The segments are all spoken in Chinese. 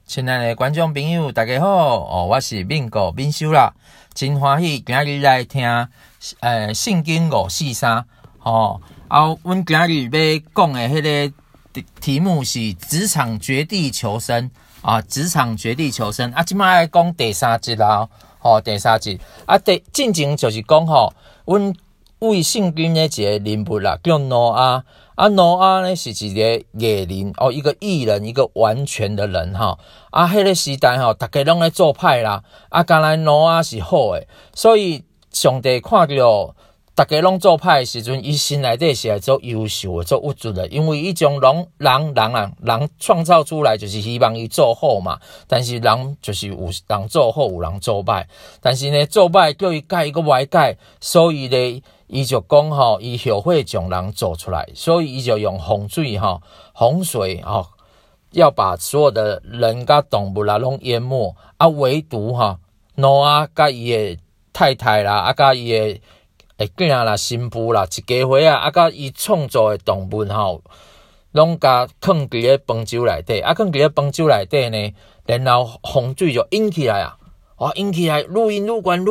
亲爱的观众朋友，大家好，我是敏哥敏修啦，真欢喜今日来听圣经543阮今日要讲的迄个题目是职场绝地求生职场绝地求生即摆来讲第3集啦第3集进前就是讲阮为圣经的一个人物啦，叫挪亚挪亚呢是一个艺人一个义人，一个完全的人迄个时代大家拢在做歹啦甘来挪亚是好的，所以上帝看到大家拢做歹的时阵，伊心内底是做优秀的，做有准的，因为伊将人创造出来就是希望伊做好嘛，但是人就是有人做好，有人做歹，但是呢做歹叫伊改，伊个歪改，所以呢伊就讲伊后悔将人做出来，所以伊就用洪水要把所有的人甲动物啦拢淹没唯独挪亚甲伊的太太啦甲伊的囝啦新妇啦一家伙甲伊创造的动物拢甲放伫咧方舟内底放伫咧方舟内底呢，然后洪水就引起来引起来愈引愈悬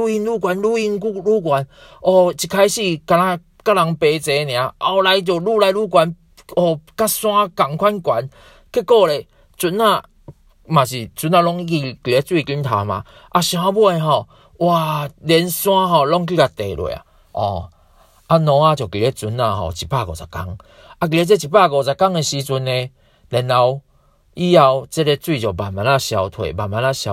一开始敢人爬坐尔，后来就愈来愈悬甲山同款悬，结果咧船嘛是船拢伫咧水顶头嘛上尾哇连山拢去甲地落挪亚就伫咧船150天伫咧这150天的时阵呢，然后以后这个水就慢慢消退了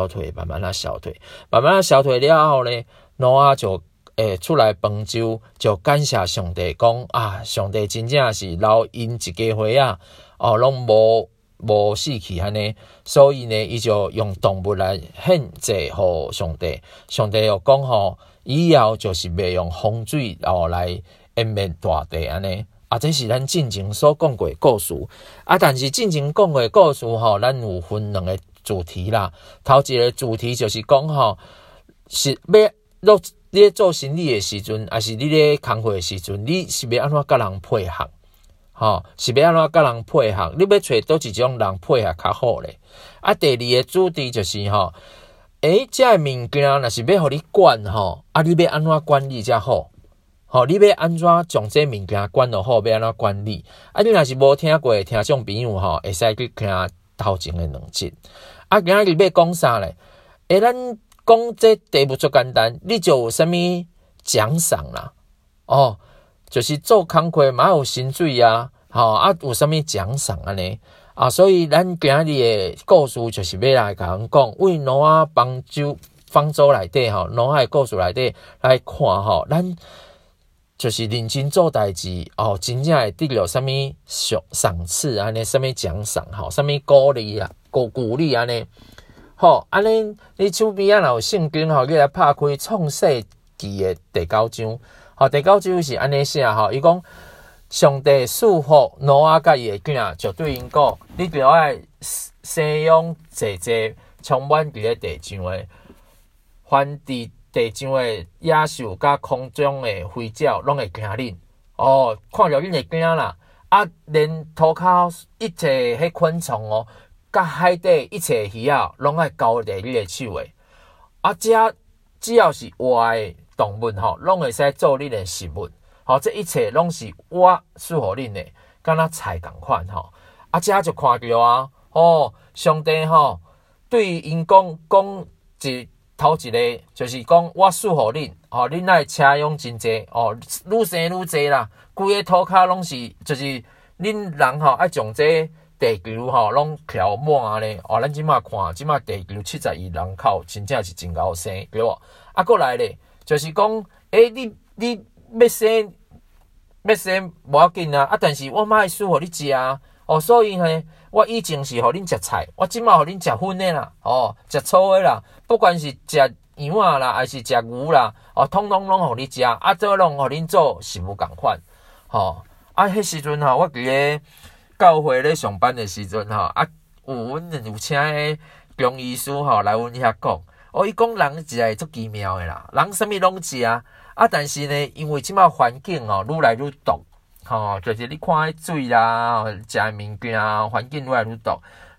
后呢，挪亚就出来方舟，就感谢上帝讲上帝真正是留因一家伙拢无死去安尼，所以呢伊就用动物来献祭给上帝，上帝又讲以后就是袂用洪水来淹灭大地安尼这是咱进前所讲过的故事但是进前讲过的故事咱有分2个主题啦。头一个主题就是讲是要你咧做生意的时阵，还是你咧工作的时阵，你是要安怎甲人配合是要安怎甲人配合，你要找倒一种人配合较好咧第2个主题就是这个物件若是要互你管你要安怎管理才好你要安怎将这物件管得好，要安怎管理你若是无听过的听众朋友会使去听头前的2集今日要讲啥咧咱讲这题目最简单，你就有啥物奖赏啦就是做工课嘛有薪水有啥物奖赏安尼所以咱今日的故事就是要来甲人讲为挪亚方舟内底挪亚的故事内底来看咱就是认真做代志真正会得到啥物赏赐安尼，啥物奖赏啥物鼓励鼓励安尼安尼你手边若有圣经你来拍开创世纪的第9章第9章是安尼写伊讲上帝祝福挪亚甲伊的囝，就对因讲你就要生养济济，充满伫咧地上的凡伫地上的野兽甲空中的飞鸟拢会惊恁看着恁会惊啦连涂骹一切迄昆虫甲海底一切鱼拢爱交伫你的手的只要是活的动物拢会使做恁的食物这一切拢是我赐予恁的，敢若菜同款这就看到上帝对因讲头一个就是讲我赐予恁恁爱车养真济愈生愈济啦，规个涂骹拢是就是恁人爱将这地球拢调满安尼咱即马看即马地球70亿人口真正是真够生对无过来咧就是讲你要生无要紧但是我嘛会输互你食所以呢我以前是互恁食菜，我即马互恁食粉的啦食粗的啦，不管是食羊啦还是食牛啦统统拢互你食这拢互恁做食物同款迄时阵我伫咧教会咧上班的时阵有请个中医师来阮遐讲伊讲人是会足奇妙的啦，人啥物拢食但是呢因为即马环境愈来愈毒就是你看迄水啦食的物件环境愈来愈毒，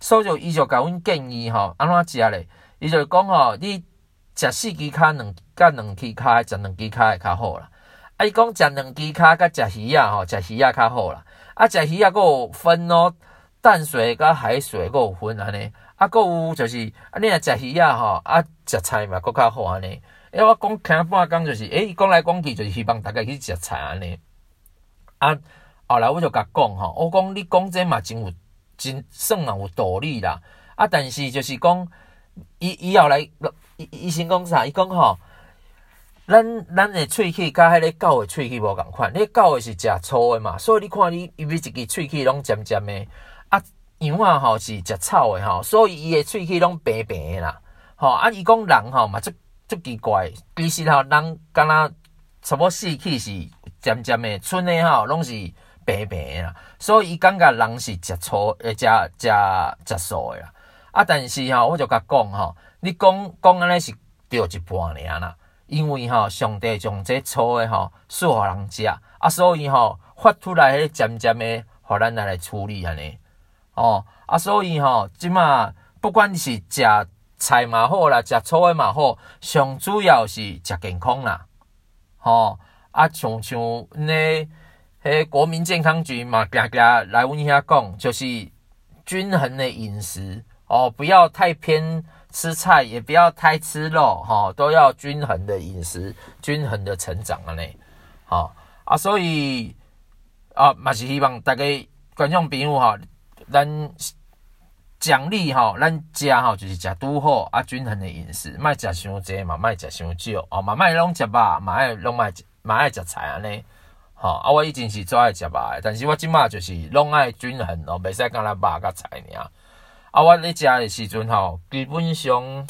所以伊就甲阮建议吼，安怎食咧？伊就讲吼，你食4支骹甲2支骹，食2支骹会较好啦。啊，伊讲食2支骹甲食鱼啊吼，食鱼啊较好啦。啊，食鱼啊佫有分哦，淡水甲海水佫有分安尼。啊，佫有就是啊，你若食鱼啊吼，啊食菜嘛佫较好安尼。我讲听半工就是，伊讲来讲去就是希望大家去食菜安尼。啊，后来我就甲讲吼，我讲你讲这嘛真算有道理啦。啊，但是就是讲，伊后来医生讲啥？伊讲吼，咱的喙齿甲迄个狗的喙齿无共款，你狗的是食粗的嘛，所以你看你每一支喙齿拢尖尖的。啊，羊啊吼是食草的吼，所以伊的喙齿拢平平的啦。吼，啊，伊讲人吼嘛足奇怪，其实吼人敢若差不多4齿是尖尖的，剩的吼拢是平平的啦。所以伊感觉人是食粗食素的啦。啊，但是吼我就甲讲吼，你讲安尼是对一半尔啦。因为吼，上帝将这粗的吼赐互人食，啊，所以吼发出来迄尖尖的，互咱来处理安尼。哦，啊，所以吼，即马不管是食菜嘛好啦，食粗的嘛好，上主要是食健康啦。吼，啊，像迄国民健康局嘛，常常来阮遐讲，就是均衡的饮食哦，不要太偏。吃菜也不要太吃肉，都要均衡的饮食，均衡的成长啊呢，啊，所以啊，嘛是希望大家观众朋友咱奖励咱食就是食拄好啊，均衡的饮食，莫食伤济嘛，莫食伤少哦，嘛莫拢食肉，嘛爱食菜安尼，啊，我以前是最爱食肉的，但是我即马就是拢爱均衡哦，袂使干那肉甲菜尔。啊，我咧食的时阵基本上，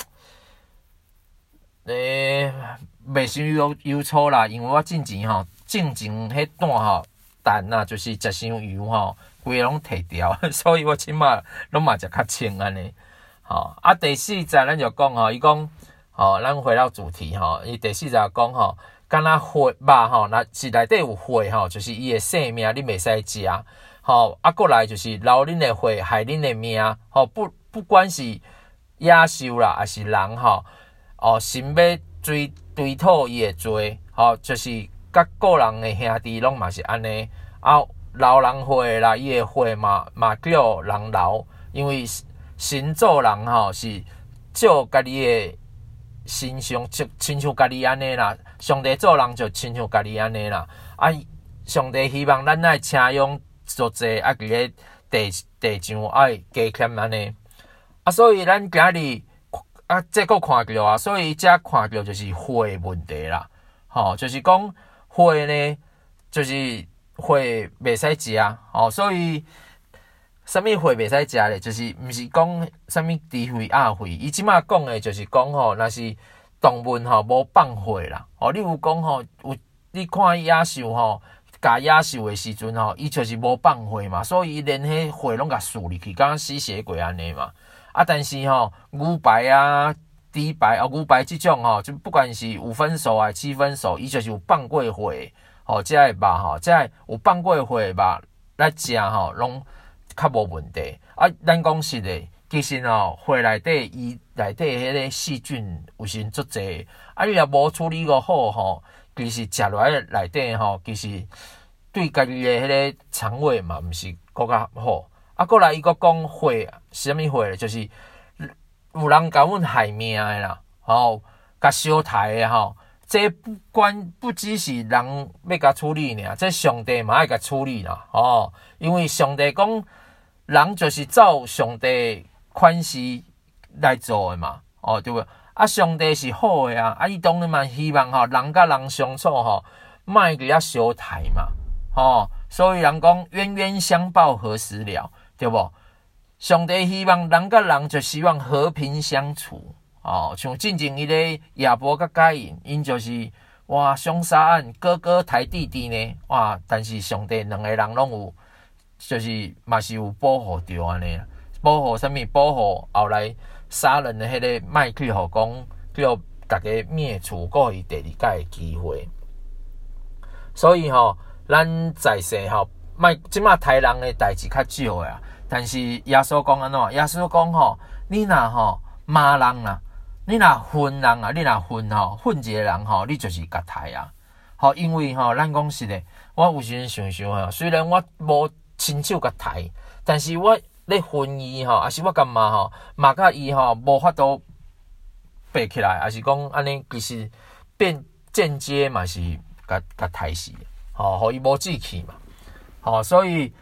袂伤油粗啦，因为我进前迄段蛋啊，就是食伤油规个拢摕掉，所以我即马拢嘛食较清安尼。啊，第4则咱就讲伊讲咱回到主题伊第4则讲敢若血肉若是内底有血就是伊的性命，你袂使食。啊，过来就是留恁的血，害恁的命。不管是野兽啦，还是人心要追讨伊的罪。就是甲个人的兄弟拢嘛是安尼。啊，留人血啦，伊的血嘛叫人留，因为神做人是照家己的形象，亲像家己安尼啦。上帝做人就亲像家己安尼啦。啊，上帝希望咱爱请用。做济啊，伫咧地上爱加添安尼啊，所以咱今日啊，这个看到啊，所以这看到就是血问题啦。就是讲血呢，就是血袂使食所以什么血袂使食咧？就是毋是讲什么猪血、鸭血，伊即马讲的就是讲若是动物无放血啦。你有讲有你看野兽甲野兽的时阵伊就是无放血嘛，所以伊连迄血拢甲输入去，敢吸血鬼安尼嘛。啊，但是牛排啊、猪排牛排即种就不管是5分熟还7分熟，伊就是有放过血这个肉这有放过血的肉来食拢较无问题。啊，咱讲实的，其实血内底伊内底迄个细菌有时足济，啊，你若无处理个好其实食落来内底其实对家己的迄个肠胃嘛，毋是更较好。啊，过来伊个讲血，什么血咧？就是有人甲阮害命的啦，甲烧杀的这不只是人要甲处理尔，这上帝嘛爱甲处理啦，因为上帝讲人就是照上帝款式来做的嘛，对不？啊，上帝是好的啊，伊当然嘛希望人甲人相处莫伫遐相杀嘛，所以人讲冤冤相报何时了，对不？上帝希望人甲人就希望和平相处，像进前伊咧亚伯甲该隐，因就是凶杀案，哥哥抬弟弟呢，但是上帝两个人拢有，就是嘛是有保护着安尼，保护什么？保护后来杀人的迄个麦去互讲叫大家灭除，过伊第二届的机会。所以咱在世即马杀人的代志较少啊， 但是耶稣讲安怎？耶稣讲吼，你若吼骂人啦，你若恨人啊，你若恨一个人吼，你就是甲害啊。吼，因为吼，咱讲实诶，我有时阵想想吼，虽然我无亲手甲害，但是我咧恨伊吼，还是我感觉吼，骂甲伊吼无法度爬起来，还是讲安尼，其实变间接嘛是甲害死，吼，互伊无志气嘛，吼，所以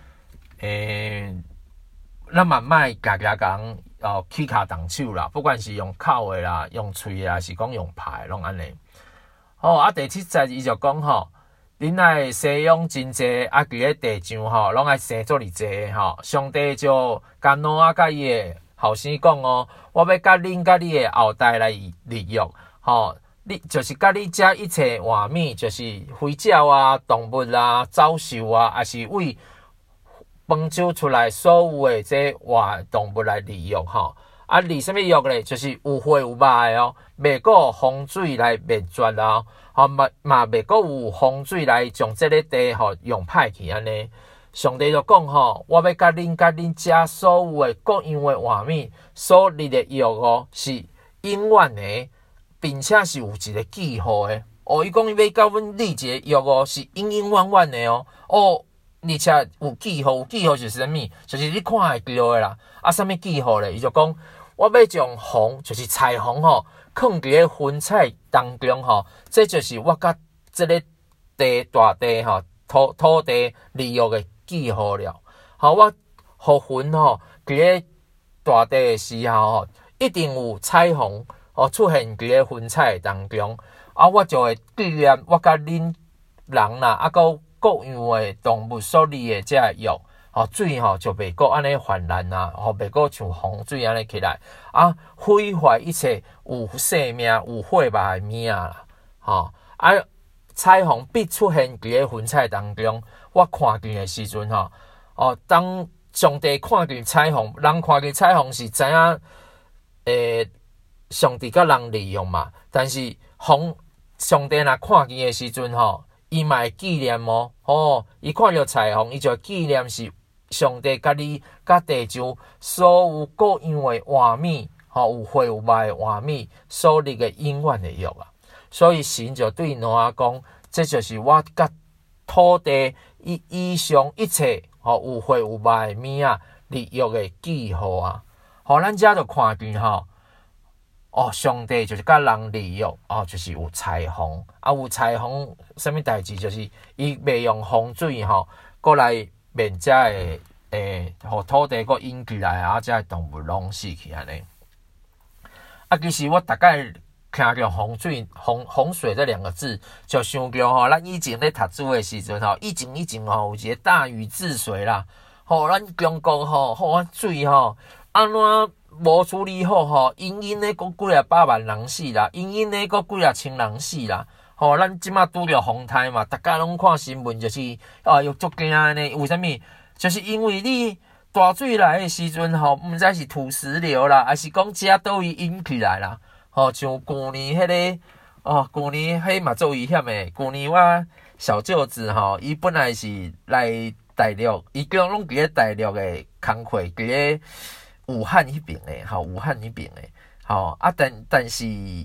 咱嘛莫家讲起骹动手啦，不管是用口诶啦，用喙啦，是讲用拍拢安尼。好啊，第七节伊就讲吼，恁爱生养真济，啊，伫咧地上吼，拢爱生做哩济吼。上帝就甲挪亚甲伊诶后生讲哦，我要甲恁甲你诶后代来立约吼。你就是甲你食一切活物，就是飞鸟啊、动物啊、走兽啊，还是为帮助出来所有的这活动物来利用吼，啊立什么约咧？就是有血有肉的哦，袂过洪水来灭绝啊，吼嘛袂过有洪水来将这个地吼用歹去安尼。上帝就讲吼，我要甲恁遮所有的各样的活物所立的约哦，是永远的，并且是有一个记号的。哦，伊讲伊要甲阮立一个约哦，是永永远远的哦。哦。而且有记号，有记号就是啥物？就是你看会到的啦。啊，啥物记号咧？伊就讲，我要将红，就是彩虹吼，放伫咧云彩当中吼，这就是我甲这个大地吼土地利用的记号了。好，我互云吼伫咧大地的时候吼，一定有彩虹哦出现伫咧云彩当中。啊，我就会纪念我甲恁人啦，啊个。各样的动物所立的这约，吼水吼就袂过安尼泛滥啊，吼袂过像洪水安尼起来啊，毁坏一切有生命、有血肉的物啦，吼啊彩虹必出现伫咧云彩当中。我看见的时阵吼，哦，当上帝看见彩虹，人看见彩虹是知影，上帝甲人利用嘛，但是上帝若看见的时阵吼。伊嘛会纪念哦，哦，伊看到彩虹，伊就会纪念是上帝甲你甲地上所有各样的活物，吼有血有肉的活物所立的永远的约啊。所以神就对挪亚讲，这就是我甲土地以上一切吼有血有肉的物啊立约的记号啊。吼，咱遮就看见吼。哦，上帝就是甲人利用哦，就是有彩虹啊，有彩虹，什么代志？就是伊袂用洪水吼，过来灭遮互土地个淹起来啊，遮动物拢死去安尼。啊，其实我大概听到洪水这两个字，就想到吼，咱以前咧读书的时阵吼，以前吼有一个大禹治水啦，吼，咱中国吼水吼安怎？无处理好吼，因咧佫几啊百万人死啦，因咧佫几啊千人死啦。吼，咱即马拄着风台嘛，逐家拢看新闻，就是又足惊安尼。为虾米？就是因为你大水来的时阵吼，毋知是土石流啦，还是讲遮倒位淹起来啦。吼，像旧年迄个旧年迄嘛最危险的。旧年我小舅子吼，伊本来是来大陆，伊叫拢伫咧大陆的工课，伫咧。武汉迄边诶，吼，武汉迄边诶，吼啊，但是，伊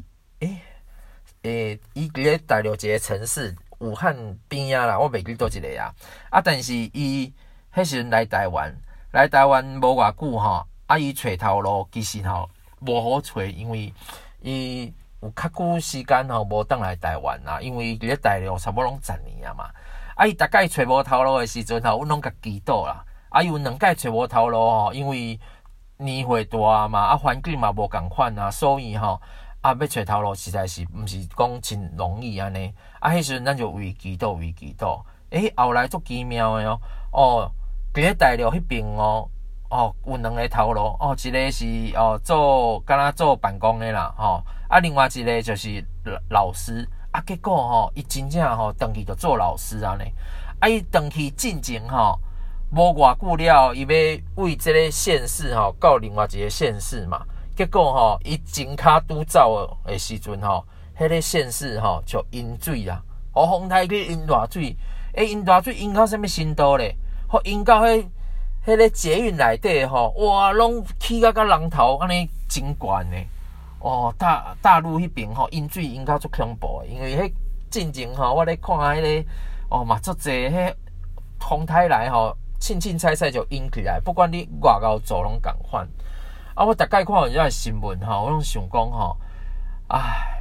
伫咧大陆一个城市，武汉边仔啦，我袂记倒一个啊，啊，但是伊迄时阵来台湾无偌久吼，啊，伊找头路其实吼无好找，因为伊有较久时间吼无倒来台湾啦，因为伫咧大陆差不多拢10年啊嘛，啊，伊逐摆找无头路诶时阵吼，阮拢甲祈祷啦，啊，有两摆找无头路吼，因为年岁大嘛，啊环境嘛无共款啊，所以吼要找头路实在是毋是讲真容易安尼。啊，迄时阵咱就为祈祷。后来足奇妙的哦，伫咧大陆迄边有两个头路一个是敢若做办公的啦啊，另外一个就是老师啊，结果伊真正转去就做老师安尼，啊伊转去进前无偌久了，伊要为这个县市到另外一个县市嘛。结果伊前骹拄走的时阵迄个县市就淹水啦。风台去淹大水，淹大水淹到什么程度咧？淹到迄迄个捷运内底吼，哇，拢起甲人头安尼真悬呢。哦，大陆迄边吼，淹水淹到足恐怖的，因为迄进前吼，我咧看迄个哦嘛足济迄风台来吼，凊彩就淹起来，不管你外高走拢共款。啊，我大概看完这新闻吼，我拢想讲吼，唉，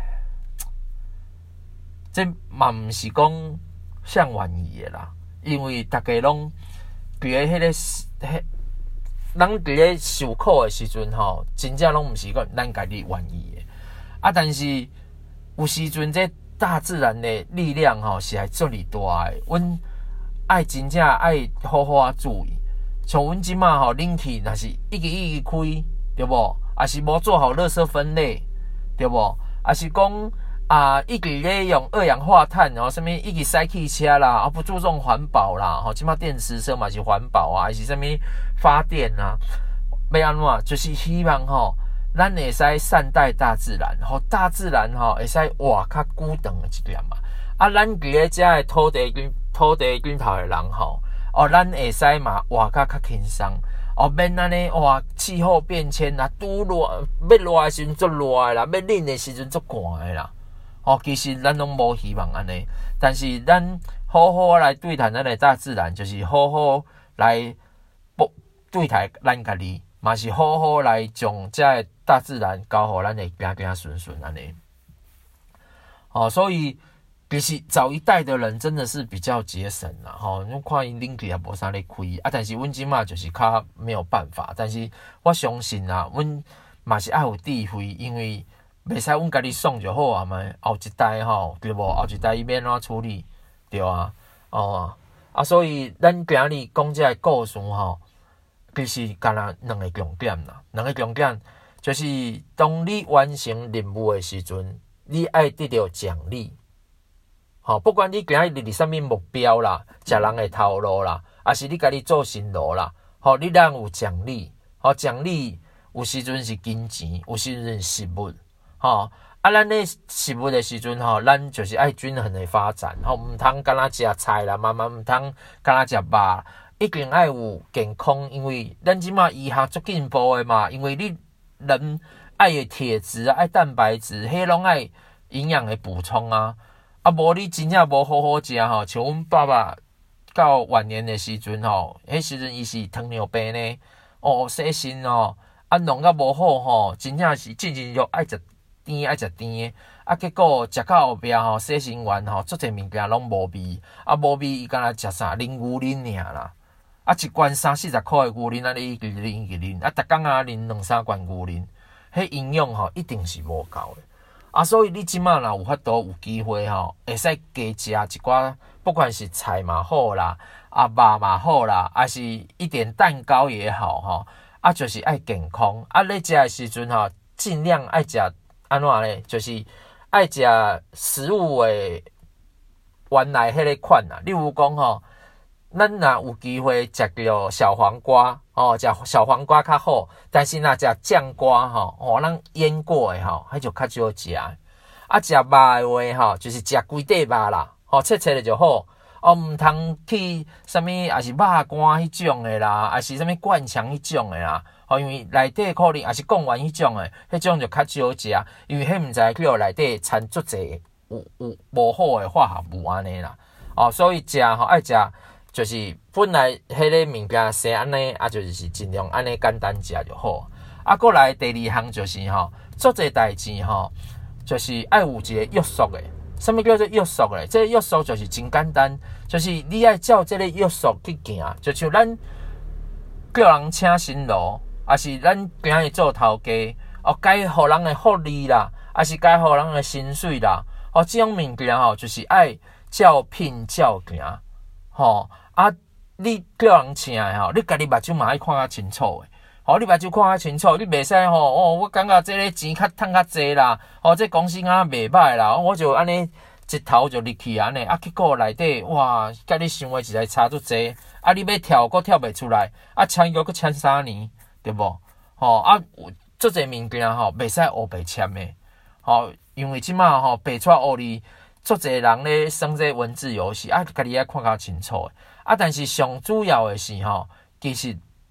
这嘛毋是讲向愿意的啦，因为大家拢伫咧迄个咱伫咧受苦的时阵吼，真正拢毋是讲咱家己愿意的。啊，但是有时阵这大自然的力量吼是还足哩大的，阮爱真正爱好好啊注意。像阮即马吼冷气若是一直开，对无？还是无做好垃圾分类，对无？还是讲一直咧用二氧化碳，然后什么一直塞汽车啦，不注重环保啦，吼，即马电池车嘛是环保啊，还是什么发电啊？要安怎？就是希望吼，咱会使善待大自然，吼，大自然吼会使活较久长的一点嘛。啊，咱伫咧遮的土地均头的人吼，咱会使嘛活较轻松。免安尼哇，气候变迁啦，要热的时阵足热的啦，要冷的时阵足寒的啦。其实咱拢无希望安尼，但是咱好好来对待咱的大自然，就是好好来对待咱家己，嘛是好好来将这大自然交互咱会行顺顺安尼。所以其实早一代的人真的是比较节省啦，因看因冷气也无啥咧开但是阮即马就是较没有办法，但是我相信啊，阮嘛是爱有智慧，因为袂使阮家己爽就好啊嘛，后一代吼，对无？后一代伊要安怎处理，对啊，所以咱今日讲这个故事吼，其实干那两个重点啦，两个重点就是当你完成任务的时阵，你爱得到奖励。不管你今日是啥物目标啦，食人的头路啦，还是你家己做新路啦，你当有奖励，奖励有时阵是金钱，有时阵是食物，咱咧食物的时阵咱就是爱均衡的发展，毋通干那食菜啦，慢慢毋通干那食肉，一定爱有健康，因为咱即马医学足进步的嘛，因为你人爱的铁质爱蛋白质，迄拢爱营养的补充啊。无你真正无好好食像阮爸爸到晚年的时阵迄时阵伊是糖尿病呢，洗肾弄甲无好真正是进前就爱食甜爱食甜的，结果食到后壁洗肾完足侪物件拢无味，无味伊敢若食啥啉牛奶尔啦，一罐30-40块的牛奶安尼一直啉，逐工啉2-3罐牛奶，迄营养一定是无够的。所以你即马若有法度有机会会使加食一寡，不管是菜嘛好啦，肉嘛好啦，还是一点蛋糕也好就是爱健康。你食的时阵尽量爱食安怎咧？就是爱食食物的原来迄个款例如讲咱若有机会食到小黄瓜食小黄瓜较好，但是若食酱瓜咱腌过的迄就较少食。食肉的话就是食规块肉啦，切切的就好。毋通去啥物也是肉干迄种的啦，还是啥物灌肠迄种的啦。因为内底可能也是贡丸迄种的，迄种就较少食，因为迄毋知叫内底掺足济有无好的化合物安尼啦。所以食爱食。就是本来迄个物件生安尼，就是尽量安尼简单食就好。过来第二项就是做这代志就是爱有一个约束的。什么叫做约束咧？这个约束就是真简单，就是你爱照这个约束去行。就像咱叫人请新郎，还是咱今日做头家，该互人的福利啦，还是该互人的薪水啦，这种物件就是爱照聘照行。你叫人请的你家己目睭嘛爱看较清楚的。你目睭看较清楚，你袂使我感觉这个钱较趁较济啦，这公司啊袂歹啦，我就安尼一头就入去安尼，结果内底哇，甲你想的实在差足济，你要跳佫跳袂出来，签约佫签3年，对无？做这物件袂使黑白签的，因为即马白纸黑字。足侪人咧算这文字游戏，家己爱看较清楚的。但是上主要的是其实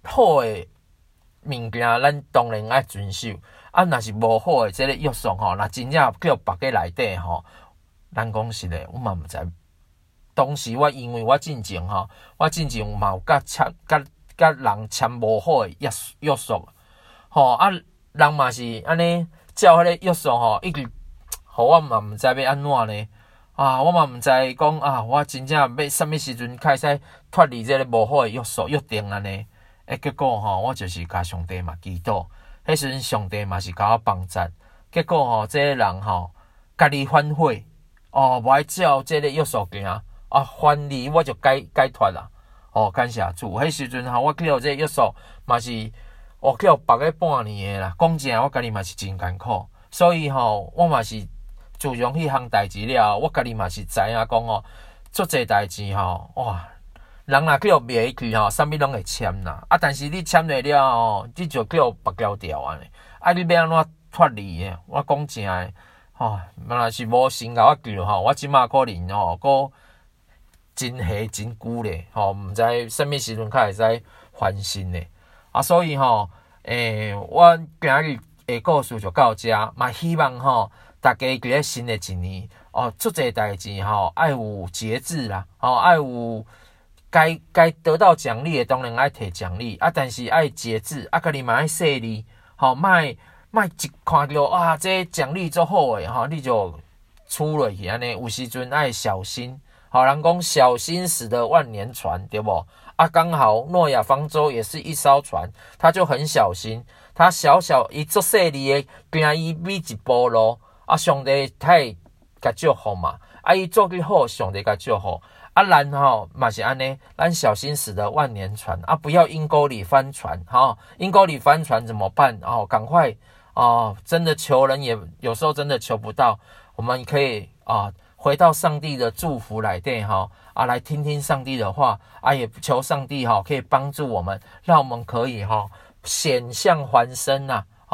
好诶物件，咱当然爱遵守。啊，若是无好诶，即个约束吼，若真正叫绑在内底吼，咱讲实诶，我嘛毋知。当时我因为我进前嘛有甲人签无好诶约束，吼啊，人嘛是安尼照迄个约束吼，一直，互我嘛毋知要安怎呢？啊，我嘛毋知讲啊，我真正要啥物时阵开始脱离即个无好诶约束约定安尼。结果吼，我就是甲上帝嘛祈祷。迄时阵上帝嘛是甲我帮助，结果吼，这个人吼，家己反悔，无爱照这个约束行，反离我就解脱啦。感谢主。迄时阵吼，我去互这个约束嘛是，去互绑个半年诶啦。讲真，我家己嘛是真艰苦，所以吼，我嘛是自从迄项代志了，我家己嘛是知影讲足侪代志吼，哇！人若去互卖去吼，啥物拢会签啦。但是你签落了吼，你就去互拔交掉安尼。你要安怎脱离诶？我讲真诶，若是无神甲我救吼，我即马可能搁真下真久咧，毋知啥物时阵才会使翻身咧。所以我今日诶故事就到这，嘛希望大家伫咧新诶一年做这代志爱有节制啦，爱有。该得到奖励的当然爱摕奖励，但是爱节制，家己嘛爱细腻，莫一看到这奖励足好诶，你就出落去安尼，有时阵爱小心，人讲小心驶得万年船，对不？刚好诺亚方舟也是一艘船，他就很小心，他小伊足细腻诶，行伊每一步路，上帝他会甲祝福嘛，伊做得好，上帝甲祝福。咱嘛是安尼，咱小心驶得万年船不要阴沟里翻船阴沟里翻船怎么办赶快真的求人也有时候真的求不到，我们可以回到上帝的祝福来底来听听上帝的话也求上帝可以帮助我们，让我们可以险象环生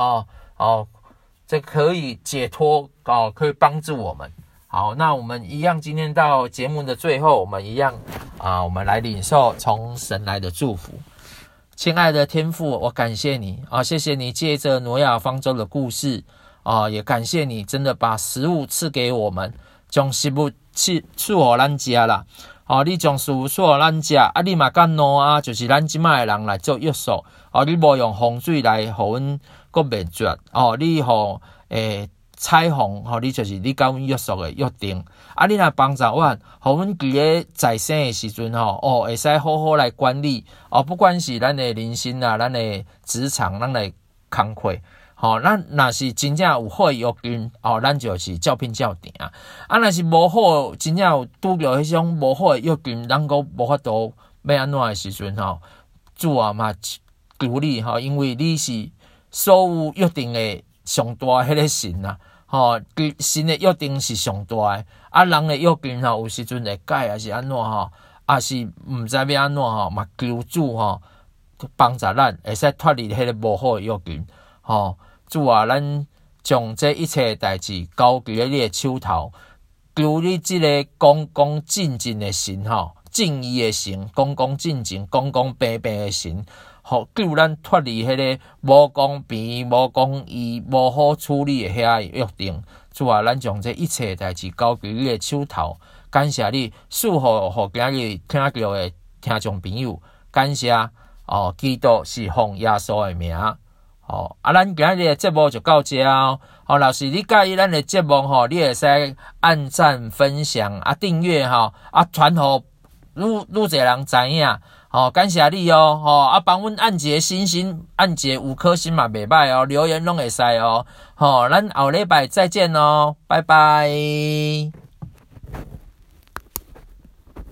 这可以解脱可以帮助我们。好，那我们一样，今天到节目的最后，我们一样我们来领受从神来的祝福。亲爱的天父，我感谢你谢谢你借着挪亚方舟的故事也感谢你真的把食物赐给我们，将食物赐给咱吃啦你将食物赐给咱吃你嘛甲挪亚就是咱即卖的人来做约束你无用洪水来互阮搁灭绝你互彩虹你就是你甲阮约束的约定你若帮助阮，互阮伫咧在生的时阵会使好好来管理不管是咱的人生啊，咱的职场，咱的工课咱若是真正有好的约定咱就是照拼照定若是无好，真正有拄着迄种无好的约定，咱搁无法度要安怎的时阵主嘛求你因为你是所有约定的上大迄个神啊神的约定是上大的人的约定有时阵会改还是安怎是毋知要安怎嘛求主帮助咱会使脱离迄个无好的约定主咱将这一切代志交伫咧你的手头，求你即个公公正正的神正义的神，公公正正公公平平的神救咱脱离迄个无公平、无公义、无好处理的遐约定。主咱将这一切代志交伫你的手头，感谢你赐互今日听到的听众朋友，感谢基督是奉耶稣的名咱今日的节目就到这若是你介意咱的节目你会使按赞、分享订阅传互愈侪人知影感谢你帮阮按一个星星，按一个5颗星嘛袂歹留言拢会使咱后礼拜再见拜拜。